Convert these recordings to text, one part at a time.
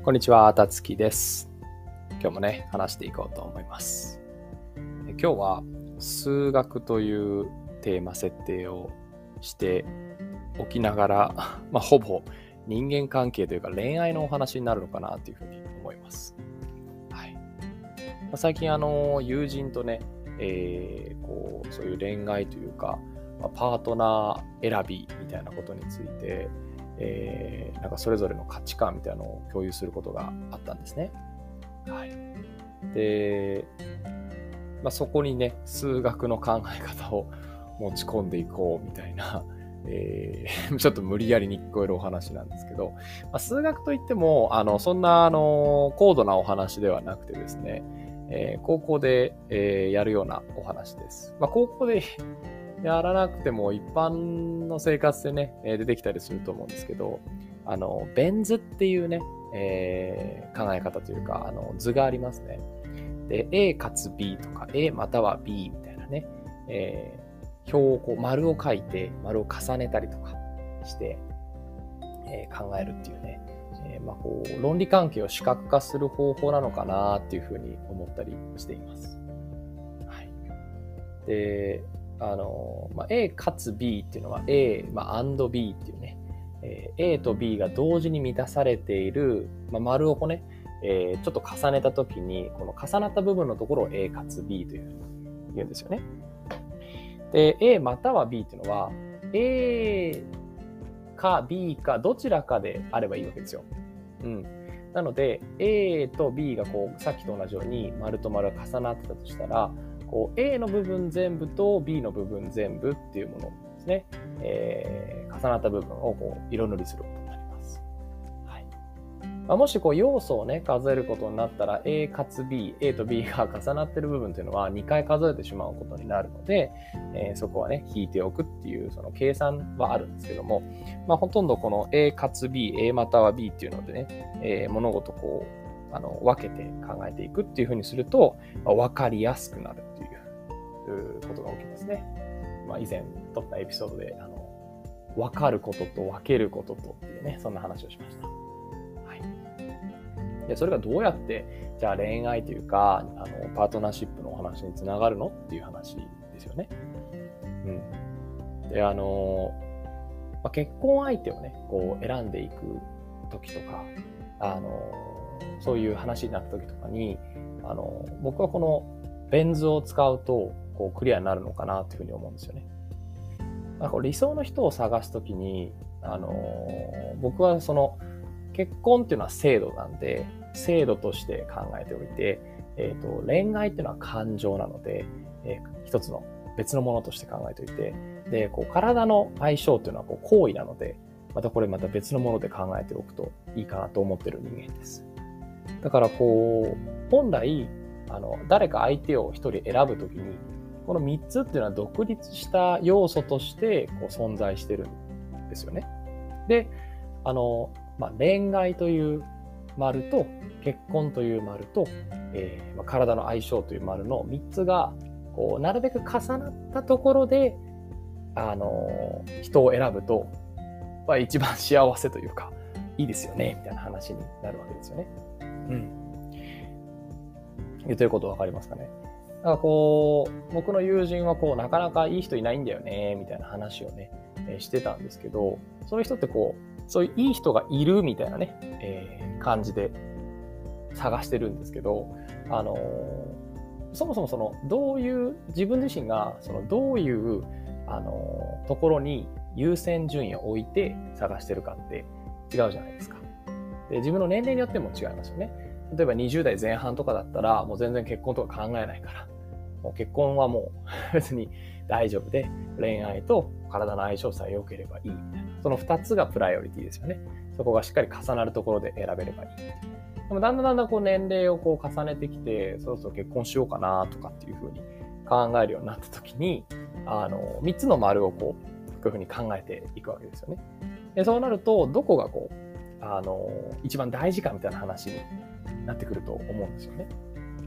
こんにちは、たつきです。今日もね、話していこうと思います。今日は数学というテーマ設定をしておきながら、ほぼ人間関係というか恋愛のお話になるのかなというふうに思います。はい。最近友人とね、そういう恋愛というか、パートナー選びみたいなことについて、なんかそれぞれの価値観みたいなのを共有することがあったんですね。はい。で、そこにね、数学の考え方を持ち込んでいこうみたいな、ちょっと無理やりに聞こえるお話なんですけど、数学といっても、そんな高度なお話ではなくてですね、高校で、やるようなお話です。高校でやらなくても一般の生活でね、出てきたりすると思うんですけど、ベン図っていうね、考え方というか、図がありますね。で、A かつ B とか、A または B みたいなね、表をこう丸を書いて、丸を重ねたりとかして、考えるっていうね、論理関係を視覚化する方法なのかなっていうふうに思ったりしています。はい。で、A かつ B っていうのは A、&B っていうね、A と B が同時に満たされている、丸をこうね、ちょっと重ねたときに、この重なった部分のところを A かつ B というふうに言うんですよね。で、A または B っていうのは、A か B かどちらかであればいいわけですよ。なので、A と B がこう、さっきと同じように丸と丸が重なってたとしたら、こう A の部分全部と B の部分全部っていうものですね、重なった部分をこう色塗りすることになります。はい。もしこう要素をね、数えることになったら A かつ B、A と B が重なっている部分というのは2回数えてしまうことになるので、そこはね、引いておくっていうその計算はあるんですけども、ほとんどこの A かつ B、A または B っていうのでね、物事こう、分けて考えていくっていうふうにすると、分かりやすくなるっていうことが起きますね。以前撮ったエピソードで、分かることと分けることとっていうね、そんな話をしました。はい。で、それがどうやって、じゃあ恋愛というか、パートナーシップのお話につながるのっていう話ですよね。で、結婚相手をね、こう選んでいく時とか、そういう話になった時とかに、僕はこのベン図を使うと、こうクリアになるのかなというふうに思うんですよね。理想の人を探す時に、僕はその結婚っていうのは制度なんで、制度として考えておいて、恋愛っていうのは感情なので、一つの別のものとして考えておいて、で、こう体の相性っていうのはこう行為なので、また別のもので考えておくといいかなと思ってる人間です。だからこう、本来、誰か相手を一人選ぶときに、この3つっていうのは独立した要素としてこう存在してるんですよね。で、恋愛という丸と結婚という丸と、体の相性という丸の3つがこうなるべく重なったところで、人を選ぶと、一番幸せというか、いいですよね、みたいな話になるわけですよね。言ってることわかりますかね。だからこう、僕の友人はこう、なかなかいい人いないんだよね、みたいな話をね、してたんですけど、そういう人ってこう、そういういい人がいるみたいなね、感じで探してるんですけど、そもそもその、自分自身が、どういう、ところに優先順位を置いて探してるかって違うじゃないですか。で、自分の年齢によっても違いますよね。例えば20代前半とかだったら、もう全然結婚とか考えないから、もう結婚はもう別に大丈夫で、恋愛と体の相性さえ良ければいいみたいな。その2つがプライオリティですよね。そこがしっかり重なるところで選べればいい。でもだんだんこう年齢をこう重ねてきて、そろそろ結婚しようかなとかっていうふうに考えるようになった時に、3つの丸をこういうふうに考えていくわけですよね。で、そうなると、どこがこう、一番大事かみたいな話になってくると思うんですよね。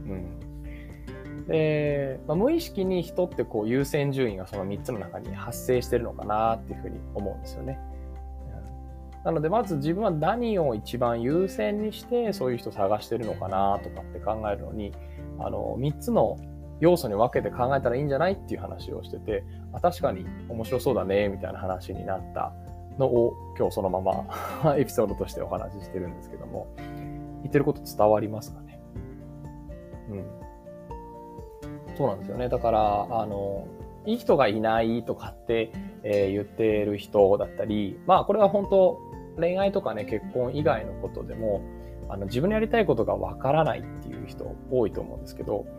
で、無意識に人ってこう優先順位がその3つの中に発生してるのかなっていうふうに思うんですよね。 なのでまず自分は何を一番優先にしてそういう人を探してるのかなとかって考えるのに、3つの要素に分けて考えたらいいんじゃないっていう話をしてて、確かに面白そうだねみたいな話になったのを今日そのままエピソードとしてお話ししてるんですけども、言ってること伝わりますかね。そうなんですよね。だからいい人がいないとかって、言ってる人だったり、これは本当恋愛とかね、結婚以外のことでも自分のやりたいことがわからないっていう人多いと思うんですけど、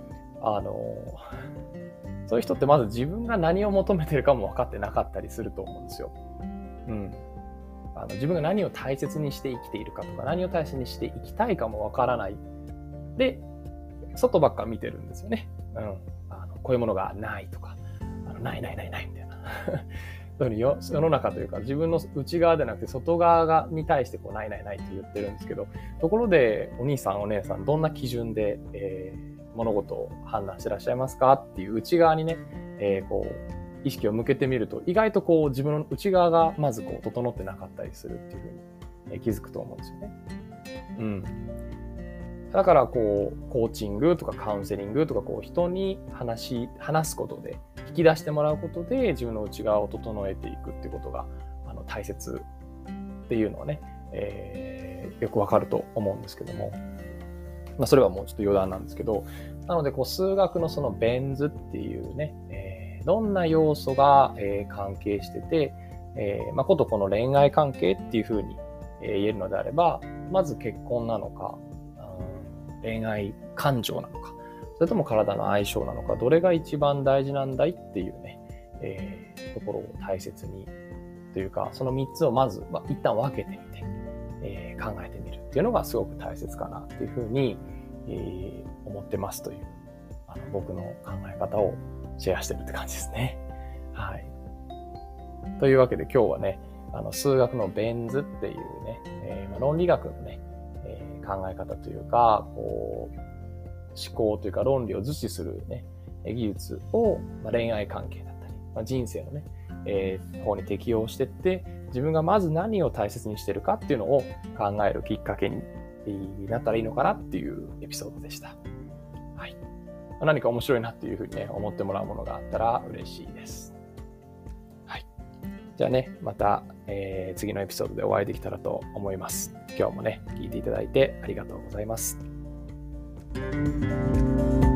そういう人ってまず自分が何を求めてるかも分かってなかったりすると思うんですよ。自分が何を大切にして生きているかとか、何を大切にして生きたいかも分からない。で、外ばっか見てるんですよね。こういうものがないとか、ないみたいな。そういうふうに世の中というか、自分の内側でなくて外側に対してないって言ってるんですけど、ところでお兄さんお姉さんどんな基準で、物事を判断してらっしゃいますかっていう内側にね、意識を向けてみると、意外と自分の内側がまず整ってなかったりするっていうふうに気づくと思うんですよね。だからコーチングとかカウンセリングとか人に話すことで、引き出してもらうことで自分の内側を整えていくっていうことが大切っていうのはね、よくわかると思うんですけども、それはもうちょっと余談なんですけど、なので数学のそのベン図っていうね、どんな要素が、関係してて、ことこの恋愛関係っていうふうに、言えるのであれば、まず結婚なのか、恋愛感情なのか、それとも体の相性なのか、どれが一番大事なんだいっていうね、ところを大切にというか、その3つをまず、一旦分けてみて、考えてみるっていうのがすごく大切かなっていうふうに、思ってますという僕の考え方をシェアしてるって感じですね。はい。というわけで今日はね、数学のベン図っていうね、論理学のね、考え方というか、思考というか論理を図示するね、技術を、恋愛関係だったり、人生のね、方に適用していって、自分がまず何を大切にしてるかっていうのを考えるきっかけになったらいいのかなっていうエピソードでした。はい。何か面白いなっていうふうにね、思ってもらうものがあったら嬉しいです。はい。じゃあね、また、次のエピソードでお会いできたらと思います。今日もね、聞いていただいてありがとうございます。